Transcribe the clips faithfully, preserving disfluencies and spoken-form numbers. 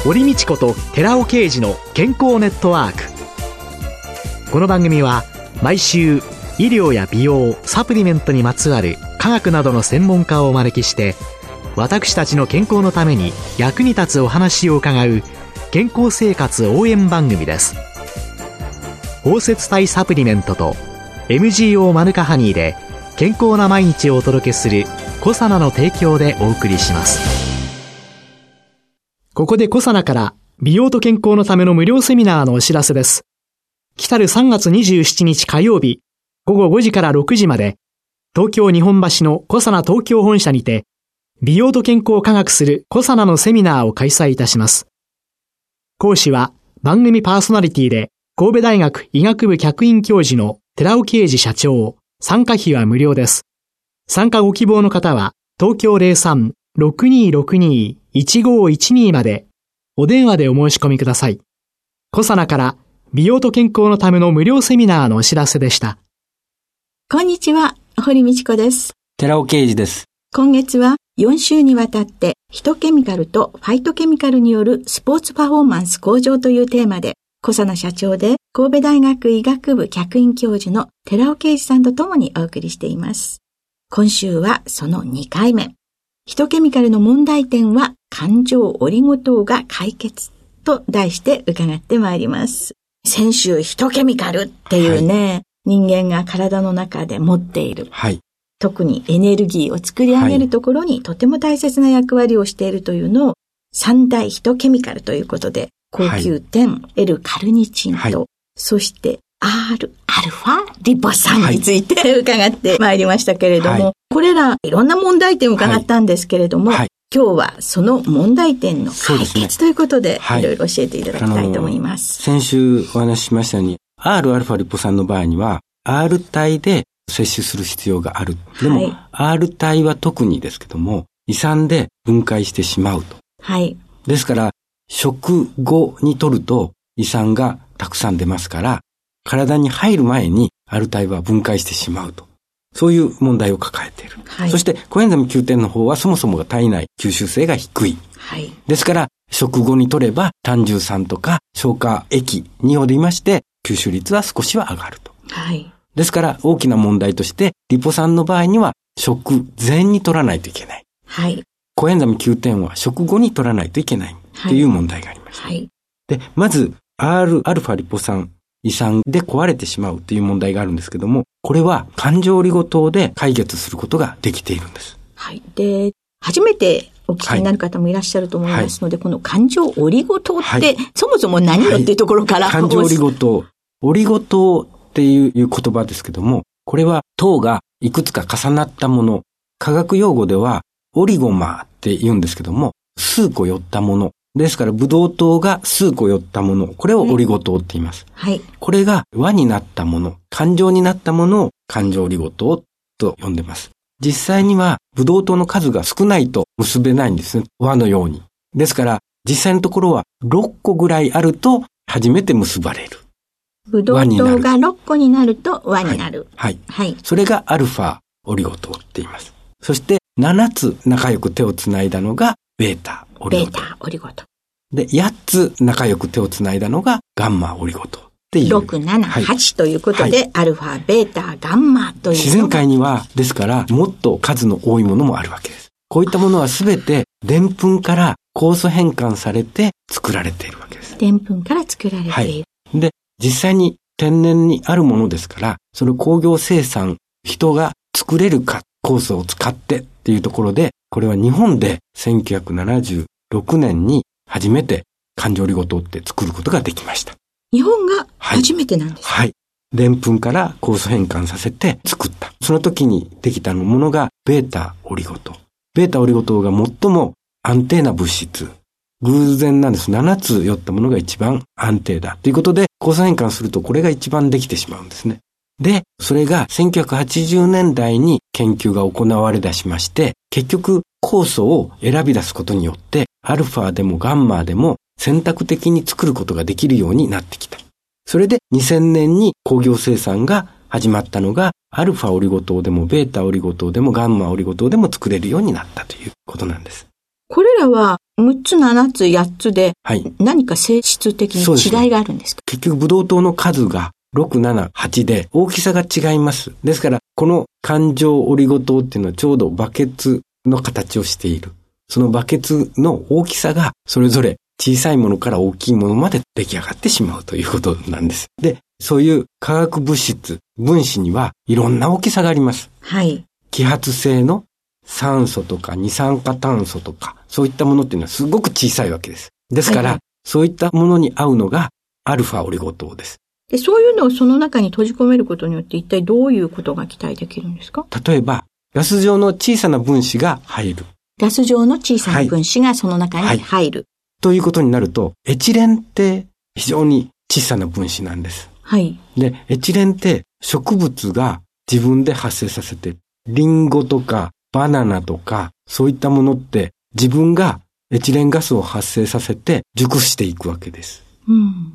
堀道子と寺尾啓二の健康ネットワーク。この番組は毎週医療や美容、サプリメントにまつわる科学などの専門家をお招きして、私たちの健康のために役に立つお話を伺う健康生活応援番組です。包摂体サプリメントと エムジーオー マヌカハニーで健康な毎日をお届けするコサナの提供でお送りします。ここでコサナから美容と健康のための無料セミナーのお知らせです。来たるさんがつにじゅうしちにち火曜日ごごごじからろくじまで、東京日本橋のコサナ東京本社にて美容と健康を科学するコサナのセミナーを開催いたします。講師は番組パーソナリティで神戸大学医学部客員教授の寺尾啓二社長。参加費は無料です。参加ご希望の方は東京 ゼロさん ろくにーろくにー いちごーいちにー までお電話でお申し込みください。コサナから美容と健康のための無料セミナーのお知らせでした。 こんにちは、堀道子です。 寺尾啓二です。 今月はよんしゅうにわたってヒトケミカルとファイトケミカルによるスポーツパフォーマンス向上というテーマで、コサナ社長で神戸大学医学部客員教授の寺尾啓二さんとともにお送りしています。今週はそのにかいめ。ヒトケミカルの問題点は感情オリゴ糖が解決と題して伺ってまいります。先週ヒトケミカルっていうね、はい、人間が体の中で持っている、はい、特にエネルギーを作り上げるところにとても大切な役割をしているというのを三大ヒトケミカルということで、高級点、はい、L カルニチンと、はい、そして R アルファリポ酸について伺ってまいりましたけれども、はい、これらいろんな問題点を伺ったんですけれども、はいはい、今日はその問題点の解決ということで、いろいろ教えていただきたいと思います。 先週お話ししましたように R アルファリポ酸の場合には R 体で摂取する必要がある。でも、はい、R 体は特にですけども胃酸で分解してしまうと。はい。ですから食後に摂ると胃酸がたくさん出ますから、体に入る前に R 体は分解してしまうと。そういう問題を抱えている。はい、そしてコエンザイム キューテン の方はそもそもが体内吸収性が低い。はい、ですから食後に摂れば胆汁酸とか消化液によりまして吸収率は少しは上がると。はい、ですから大きな問題としてリポ酸の場合には食前に摂らないといけない。はい、コエンザイム キューテン は食後に摂らないといけないという問題があります。はい、で、まず R アルファリポ酸胃酸で壊れてしまうという問題があるんですけども、これは感情オリゴ糖で解決することができているんです。 はい。で、初めてお聞きになる方もいらっしゃると思いますので、はい、この感情オリゴ糖って、はい、そもそも何よっていうところから、はい、 感情オリゴ糖。オリゴ糖っていう言葉ですけども、これは糖がいくつか重なったもの、科学用語ではオリゴマーって言うんですけども、数個寄ったもの。ですから、ブドウ糖が数個寄ったもの、これをオリゴ糖って言います。はい。これが輪になったもの、感情になったものを感情オリゴ糖と呼んでます。実際には、ブドウ糖の数が少ないと結べないんですね。輪のように。ですから、実際のところはろっこぐらいあると初めて結ばれる。 ブドウ糖がろっこになると輪になる。 はい。はい。はい、それがアルファオリゴ糖って言います。そして、ななつ仲良く手をつないだのがベータオリゴ糖。 ベータオリゴ糖。 で、やっつ仲良く手をつないだのがガンマオリゴ糖っていう。 ろく、なな、はち、はい、ということで、はい、アルファ、ベータ、ガンマという。 自然界には、ですから、もっと数の多いものもあるわけです。こういったものはすべて、でんぷんから酵素変換されて作られているわけです。 でんぷんから作られている。はい。 で、実際に天然にあるものですから、その工業生産、人が作れるか、酵素を使ってっていうところで、これは日本でせんきゅうひゃくななじゅうろくねんに初めて感情オリゴ糖って作ることができました。 日本が初めてなんですか？ はい。でんぷんから酵素変換させて作った。その時にできたものがベータオリゴ糖。ベータオリゴ糖が最も安定な物質。偶然なんです。ななつ寄ったものが一番安定だ。ということで、酵素変換するとこれが一番できてしまうんですね。で、それがせんきゅうひゃくはちじゅうねんだいに研究が行われ出しまして、結局酵素を選び出すことによって、アルファでもガンマでも選択的に作ることができるようになってきた。それでにせんねんに工業生産が始まったのが、アルファオリゴ糖でもベータオリゴ糖でもガンマオリゴ糖でも作れるようになったということなんです。 これらはむっつ、ななつ、やっつで何か性質的に違いがあるんですか？ 結局ブドウ糖の数がろく、なな、はちで大きさが違います。ですからこの環状オリゴ糖っていうのはちょうどバケツの形をしている。そのバケツの大きさがそれぞれ小さいものから大きいものまで出来上がってしまうということなんです。で、そういう化学物質、分子にはいろんな大きさがあります。 はい。 揮発性の酸素とか二酸化炭素とか、そういったものっていうのはすごく小さいわけです。ですから、はい、そういったものに合うのがアルファオリゴ糖です。 で、そういうのをその中に閉じ込めることによって一体どういうことが期待できるんですか？ 例えば、ガス状の小さな分子が入る。 ガス状の小さな分子がその中に入る。 はいはい、ということになると、エチレンって非常に小さな分子なんです。 はい。 で、エチレンって植物が自分で発生させて、リンゴとかバナナとか、そういったものって自分がエチレンガスを発生させて熟していくわけです。 うん、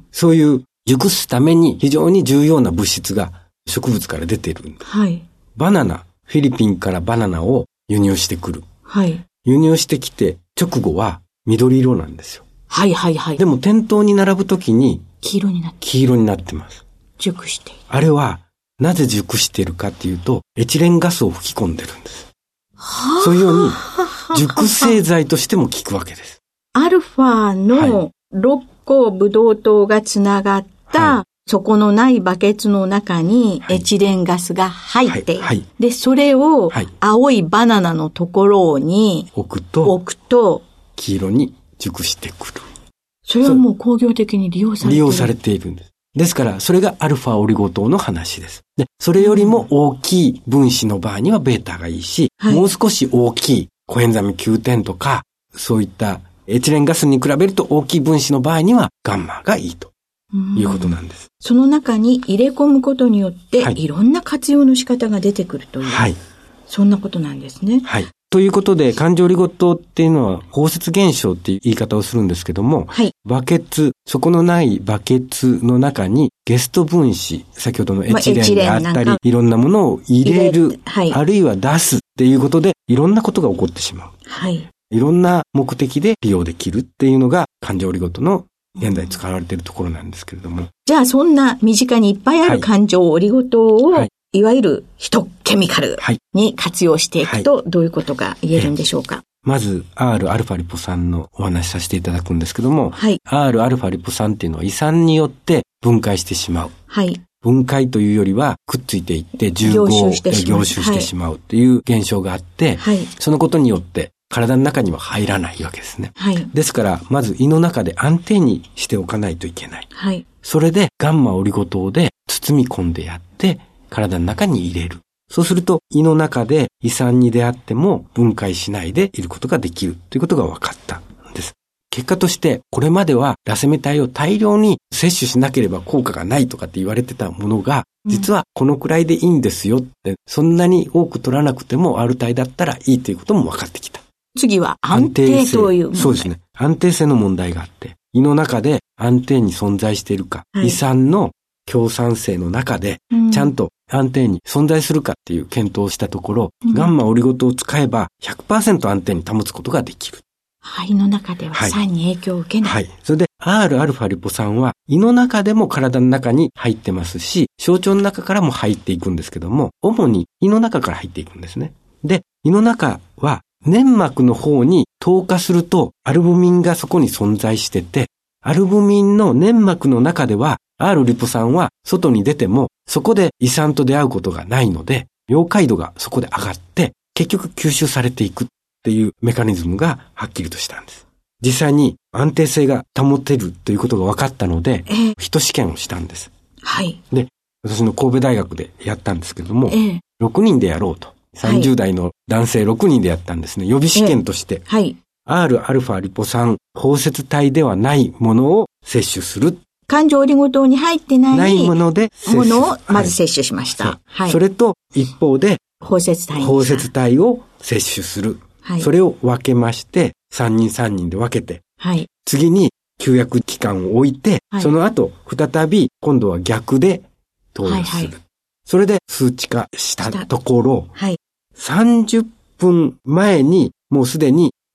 そういう熟すために非常に重要な物質が植物から出ているんです。 はい。 バナナ、フィリピンからバナナを輸入してくる。 はい。 輸入してきて直後は緑色なんですよ。 はいはいはい。 でも店頭に並ぶときに黄色になって黄色になってます。 熟している。 あれはなぜ熟しているかっていうと、エチレンガスを吹き込んでるんです。そういうように熟成剤としても効くわけです。 アルファのろっこブドウ糖がつながった、はい、底のないバケツの中にエチレンガスが入っている。はいはい、で、それを青いバナナのところに置くと、 置くと黄色に熟してくる。 それはもう工業的に利用されている。 利用されているんです。ですから、それがアルファオリゴ糖の話です。で、それよりも大きい分子の場合にはベータがいいし、はい、もう少し大きいコエンザミきゅうてんとか、そういったエチレンガスに比べると大きい分子の場合にはガンマがいいということなんです。 その中に入れ込むことによって、はい、いろんな活用の仕方が出てくるという。はい。そんなことなんですね。 はい。ということで、環状オリゴ糖っていうのは包摂現象っていう言い方をするんですけども、はい、バケツ、底のないバケツの中にゲスト分子、先ほどのエチレンであったり、まあ、いろんなものを入れる、はい、あるいは出すっていうことで、いろんなことが起こってしまう。 はい。 いろんな目的で利用できるっていうのが環状オリゴ糖の現在使われているところなんですけれども。 じゃあそんな身近にいっぱいある環状オリゴ糖を、はいはい、いわゆるヒトケミカルに活用していくとどういうことが言えるんでしょうか？はいまず Rα リポ酸のお話しさせていただくんですけども、はい、Rα リポ酸っていうのは胃酸によって分解してしまう。 はい、 分解というよりはくっついていって重合凝集してしまう、 凝集してしまうっていう現象があって、はい、そのことによって体の中には入らないわけですね。 はい、 ですからまず胃の中で安定にしておかないといけない。 はい、 それでガンマオリゴ糖で包み込んでやって体の中に入れる。そうすると胃の中で胃酸に出会っても分解しないでいることができるということが分かったんです。結果としてこれまではラセメ体を大量に摂取しなければ効果がないとかって言われてたものが、実はこのくらいでいいんですよって、うん、そんなに多く取らなくても R 体だったらいいということも分かってきた。 次は安定という問題。 そうですね。安定性の問題があって、胃の中で安定に存在しているか、はい、胃酸の強酸性の中でちゃんと安定に存在するかっていう検討をしたところ、うん、ガンマオリゴ糖を使えば ひゃくパーセント 安定に保つことができる。 肺の中では酸に影響を受けない。 はい。はい、それで Rα リポ酸は胃の中でも体の中に入ってますし、小腸の中からも入っていくんですけども、主に胃の中から入っていくんですね。で、胃の中は粘膜の方に透過するとアルブミンがそこに存在してて、アルブミンの粘膜の中ではR リポ酸は外に出てもそこで胃酸と出会うことがないので、溶解度がそこで上がって結局吸収されていくっていうメカニズムがはっきりとしたんです。実際に安定性が保てるということが分かったので、えー、人試験をしたんです。 はい。 で、私の神戸大学でやったんですけれども、 えー、 ろくにんでやろうと。さんじゅう代の男性ろくにんでやったんですね。予備試験として。 えー、はい。 Rα リポ酸包摂体ではないものを摂取する。 環状オリゴ糖に入ってない、 ないもので摂取ものをまず摂取しました。 はいはい、それと一方で包摂体包摂体を摂取する、はい。それを分けましてさんにんさんにんで分けて、 はい、 次に休薬期間を置いて、はい、その後再び今度は逆で投与する。はいはい、それで数値化したところ、 はい、 さんじゅっぷんまえにもうすでに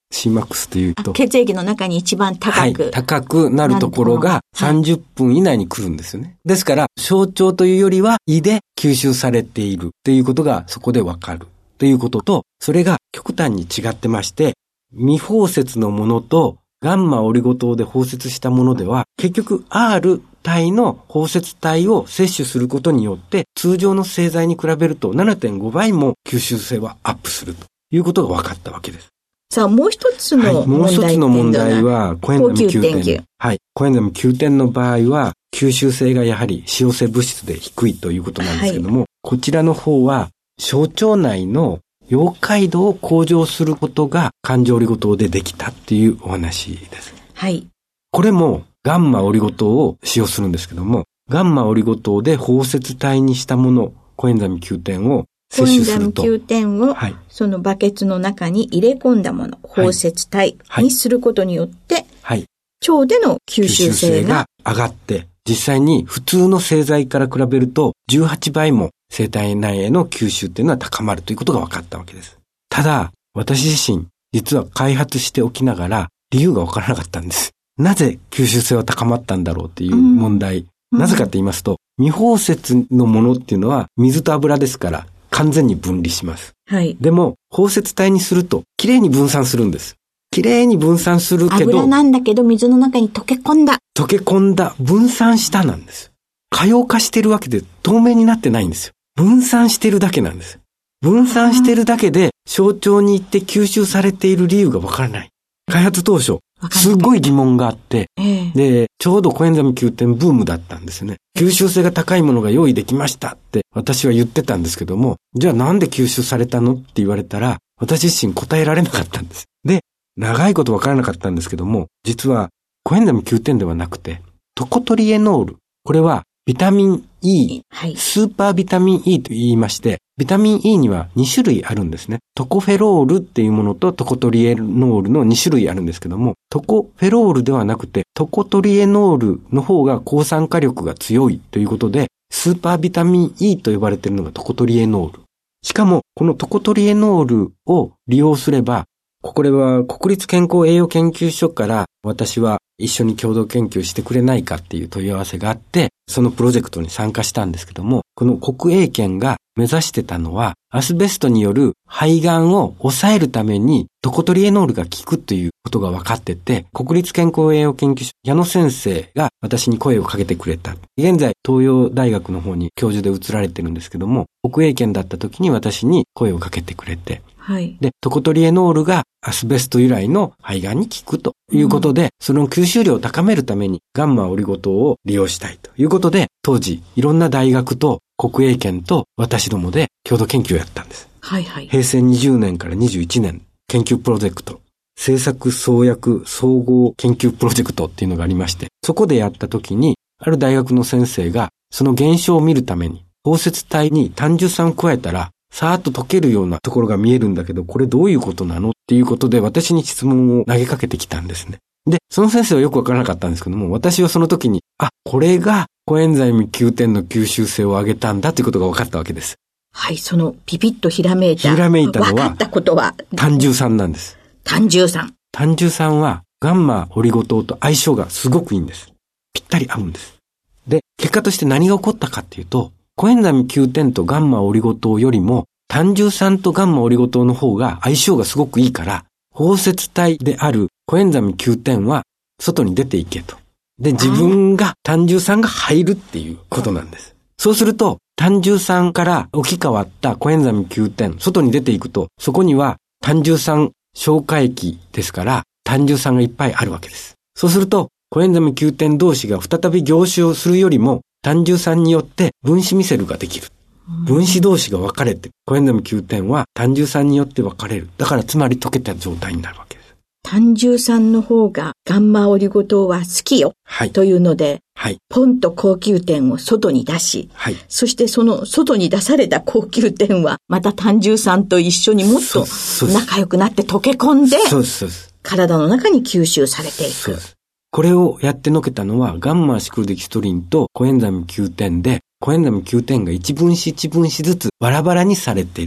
シーマックス というと。 血液の中に一番高く。 はい、高くなるところがさんじゅっぷん以内に来るんですよね。はい、ですから、小腸というよりは胃で吸収されているということがそこでわかるということと、それが極端に違ってまして、未包摂のものとガンマオリゴ糖で包摂したものでは、結局 R 体の包摂体を摂取することによって、通常の製剤に比べると ななてんご 倍も吸収性はアップするということが分かったわけです。 さあ、もう一つの問題、はい、 もう一つの問題は、コエンザミ きゅうてん。はい。コエンザミ きゅうてんの場合は、吸収性がやはり使用性物質で低いということなんですけども、はい、こちらの方は、小腸内の溶解度を向上することが環状オリゴ糖でできたっていうお話です。 はい。これもガンマオリゴ糖を使用するんですけども、ガンマオリゴ糖で包摂体にしたもの、コエンザミ きゅうてんを摂取すると。 コエンザミ きゅうてんを、はい、そのバケツの中に入れ込んだもの、包摂体にすることによって、はい、腸での吸収性が上がって、実際に普通の製剤から比べるとじゅうはちばいも生体内への吸収っていうのは高まるということが分かったわけです。ただ、私自身、実は開発しておきながら理由が分からなかったんです。なぜ吸収性は高まったんだろうっていう問題。うん、なぜかと言いますと、未包摂のものっていうのは水と油ですから完全に分離します。はい。でも、包摂体にするときれいに分散するんです。きれいに分散するけど。 油なんだけど水の中に溶け込んだ。 溶け込んだ、分散したなんです。可溶化してるわけで透明になってないんですよ。分散してるだけなんです。分散してるだけで小腸に行って吸収されている理由がわからない。開発当初、すごい疑問があって、ええ、で、ちょうどコエンザミ きゅうてんブームだったんですね。吸収性が高いものが用意できましたって私は言ってたんですけども、じゃあなんで吸収されたのって言われたら、私自身答えられなかったんです。で、長いことわからなかったんですけども、実はコエンザミ きゅうてんではなくて、トコトリエノール。これはビタミン E、はい、スーパービタミン E と言いまして、ビタミン E にはにしゅるいあるんですね。トコフェロールっていうものとトコトリエノールのにしゅるいあるんですけども、トコフェロールではなくてトコトリエノールの方が抗酸化力が強いということで、スーパービタミン E と呼ばれているのがトコトリエノール。しかも、このトコトリエノールを利用すれば、これは国立健康栄養研究所から私は一緒に共同研究してくれないかっていう問い合わせがあって、そのプロジェクトに参加したんですけども、この国営研が目指してたのは、アスベストによる肺がんを抑えるためにトコトリエノールが効くということが分かってて、国立健康栄養研究所矢野先生が私に声をかけてくれた。現在、東洋大学の方に教授で移られてるんですけども、国営研だった時に私に声をかけてくれて、はい、で、トコトリエノールがアスベスト由来の肺がんに効くということで、うん、その吸収量を高めるためにガンマオリゴ糖を利用したいということで、当時いろんな大学と国営研と私どもで共同研究をやったんです。はいはい。へいせいにじゅうねんからにじゅういちねん研究プロジェクト、製作創薬総合研究プロジェクトっていうのがありまして、そこでやった時に、ある大学の先生がその現象を見るために、包摂体に単純酸を加えたら、さーっと溶けるようなところが見えるんだけど、これどういうことなのっていうことで私に質問を投げかけてきたんですね。で、その先生はよくわからなかったんですけども、私はその時に、あ、これがコエンザイム きゅうてんの吸収性を上げたんだということが分かったわけです。 はい、そのピピッとひらめいた。 ひらめいたのは、 分かったことは、 単純酸なんです。 単純酸。 単純酸はガンマオリゴ糖と相性がすごくいいんです。ぴったり合うんです。で、結果として何が起こったかっていうと、コエンザミ きゅうてんとガンマオリゴ糖よりも単純酸とガンマオリゴ糖の方が相性がすごくいいから、包摂体であるコエンザミ きゅうてんは外に出ていけと。で、自分が単純酸が入るっていうことなんです。そうすると、単純酸から置き換わったコエンザミ きゅうてん、外に出ていくと、そこには単純酸消化液ですから、単純酸がいっぱいあるわけです。そうすると、コエンザミ きゅうてん同士が再び凝集をするよりも、単純酸によって分子ミセルができる。分子同士が分かれて、コエンザミ きゅうてんは単純酸によって分かれる。だからつまり溶けた状態になるわけです。 単純酸の方がガンマオリゴ糖は好きよ。はい。というので、はい。ポンと高級点を外に出し、はい。そしてその外に出された高級点は、また単純酸と一緒にもっと仲良くなって溶け込んで、そうです、そうです。体の中に吸収されていく。そうです。 これをやってのけたのは、ガンマシクロデキストリンとコエンザミ きゅうてんで、コエンザミ きゅうてんが一分子一分子ずつバラバラにされている。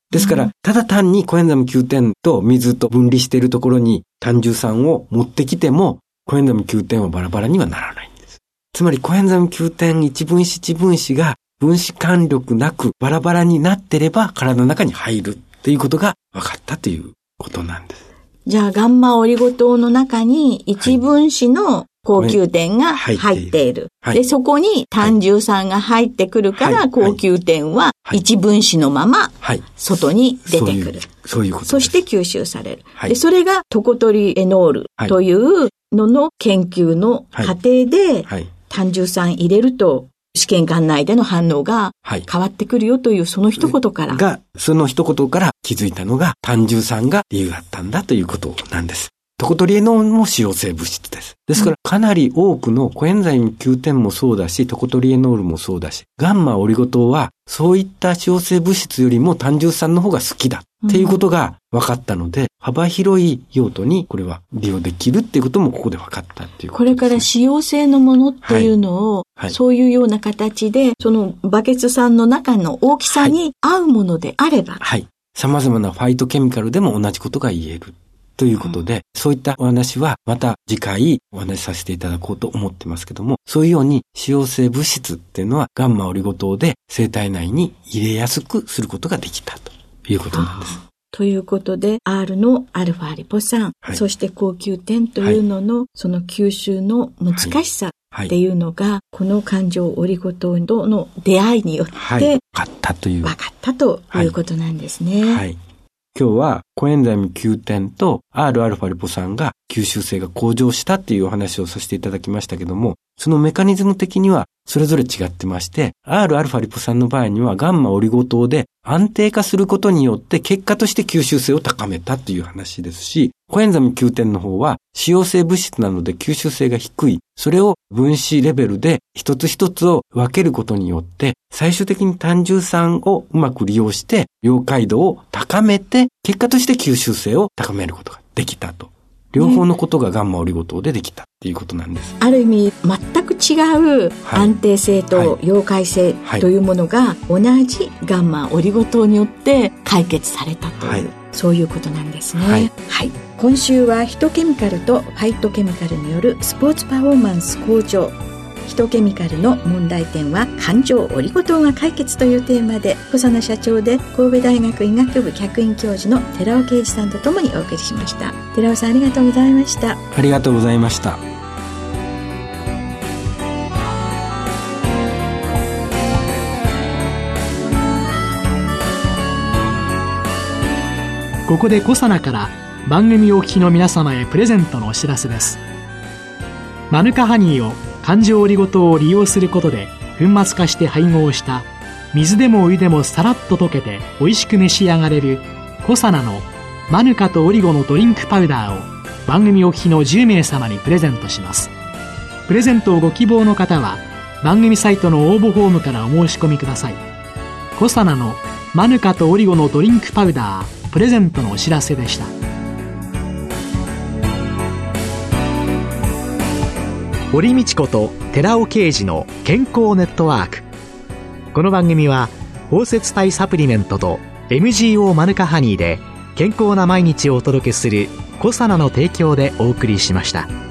ですから、ただ単にコエンザイム キューテン と水と分離しているところに単重酸を持ってきても、コエンザイム キューテン はバラバラにはならないんです。つまりコエンザイム キューテン 一分子一分子が分子間力なくバラバラになってれば体の中に入るっていうことが分かったということなんです。 じゃあ、ガンマオリゴ糖の中に一分子の高級点が入っている。 はい、 で、そこに単重酸が入ってくるから、はい、高級点は一分子のまま外に出てくる。 そういうことです。 そして吸収される。はい、で、それがトコトリエノールというのの研究の過程で、単重酸入れると試験管内での反応が変わってくるよというその一言から。 が、その一言から気づいたのが単重酸が理由だったんだということなんです。トコトリエノールも使用性物質です。ですからかなり多くのコエンザイム キューテン もそうだし、トコトリエノールもそうだし、ガンマオリゴ糖はそういった使用性物質よりも単重酸の方が好きだっていうことが分かったので、うん、幅広い用途にこれは利用できるっていうこともここで分かったっていうことです、ね。 これから使用性のものっていうのを、はいはい、そういうような形で、そのバケツ酸の中の大きさに合うものであれば、 はい。様々なファイトケミカルでも同じことが言える。ということで、うん、そういったお話はまた次回お話しさせていただこうと思ってますけども、そういうように使用性物質っていうのはガンマオリゴ糖で生体内に入れやすくすることができたということなんです。 ということで、R のアルファリポ酸、はい、そして高級点というのの、はい、その吸収の難しさっていうのが、はいはい、この環状オリゴ糖との出会いによって、はい、分かったという。 分かったということなんですね。 はい。はい今日はコエンザイム キューテン と Rα リポ酸が吸収性が向上したっていうお話をさせていただきましたけども、そのメカニズム的にはそれぞれ違ってまして、Rα リポ酸の場合にはガンマオリゴ糖で安定化することによって結果として吸収性を高めたという話ですし、コエンザイム キューテン の方は使用性物質なので吸収性が低い。それを分子レベルで一つ一つを分けることによって最終的に単重酸をうまく利用して溶解度を高めて結果として吸収性を高めることができたと。両方のことがガンマオリゴ糖でできたっていうことなんです。 ある意味全く違う安定性と溶解性というものが同じガンマオリゴ糖によって解決されたという、はい、そういうことなんですね。はい、はい、今週はヒトケミカルとファイトケミカルによるスポーツパフォーマンス向上、ヒトケミカルの問題点は環状オリゴ糖が解決というテーマで、小佐野社長で神戸大学医学部客員教授の寺尾啓二さんとともにお送りしました。寺尾さんありがとうございました。 ありがとうございました。 ここで小佐野から番組お聞きの皆様へプレゼントのお知らせです。マヌカハニーを環状オリゴ糖を利用することで粉末化して配合した水でもお湯でもさらっと溶けて美味しく召し上がれるコサナのマヌカとオリゴのドリンクパウダーを番組お聞きのじゅうめい様にプレゼントします。プレゼントをご希望の方は番組サイトの応募フォームからお申し込みください。コサナのマヌカとオリゴのドリンクパウダープレゼントのお知らせでした。堀道子と寺尾啓二の健康ネットワーク。この番組は包摂体サプリメントと エムジーオー マヌカハニーで健康な毎日をお届けするコサナの提供でお送りしました。